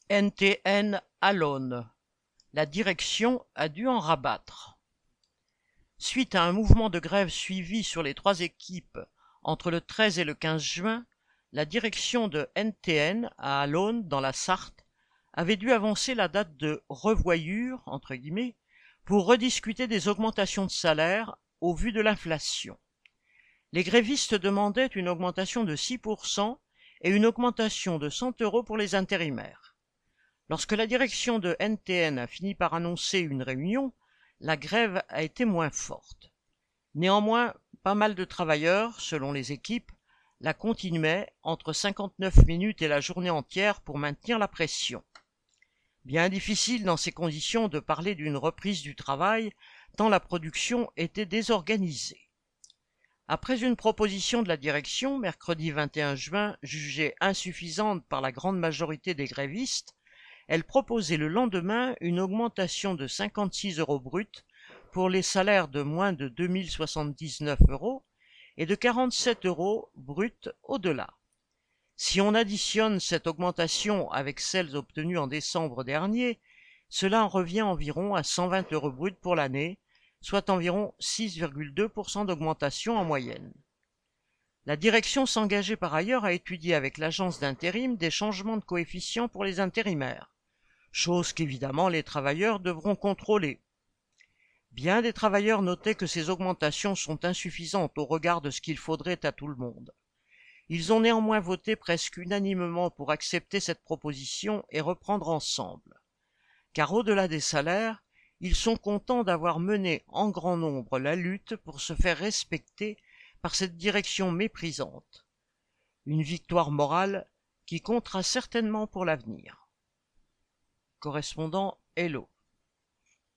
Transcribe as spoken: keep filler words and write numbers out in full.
N T N à l'Aune. La direction a dû en rabattre. Suite à un mouvement de grève suivi sur les trois équipes entre le treize et le quinze juin, la direction de N T N à l'Aune, dans la Sarthe, avait dû avancer la date de revoyure, entre guillemets, pour rediscuter des augmentations de salaire au vu de l'inflation. Les grévistes demandaient une augmentation de six pour cent et une augmentation de cent euros pour les intérimaires. Lorsque la direction de N T N a fini par annoncer une réunion, la grève a été moins forte. Néanmoins, pas mal de travailleurs, selon les équipes, la continuaient entre cinquante-neuf minutes et la journée entière pour maintenir la pression. Bien difficile dans ces conditions de parler d'une reprise du travail, tant la production était désorganisée. Après une proposition de la direction, mercredi vingt et un juin, jugée insuffisante par la grande majorité des grévistes, elle proposait le lendemain une augmentation de cinquante-six euros bruts pour les salaires de moins de deux mille soixante-dix-neuf euros et de quarante-sept euros bruts au-delà. Si on additionne cette augmentation avec celles obtenues en décembre dernier, cela en revient environ à cent vingt euros bruts pour l'année, soit environ six virgule deux pour cent d'augmentation en moyenne. La direction s'engageait par ailleurs à étudier avec l'agence d'intérim des changements de coefficient pour les intérimaires, chose qu'évidemment les travailleurs devront contrôler. Bien des travailleurs notaient que ces augmentations sont insuffisantes au regard de ce qu'il faudrait à tout le monde. Ils ont néanmoins voté presque unanimement pour accepter cette proposition et reprendre ensemble. Car au-delà des salaires, ils sont contents d'avoir mené en grand nombre la lutte pour se faire respecter par cette direction méprisante. Une victoire morale qui comptera certainement pour l'avenir. Correspondant Hello.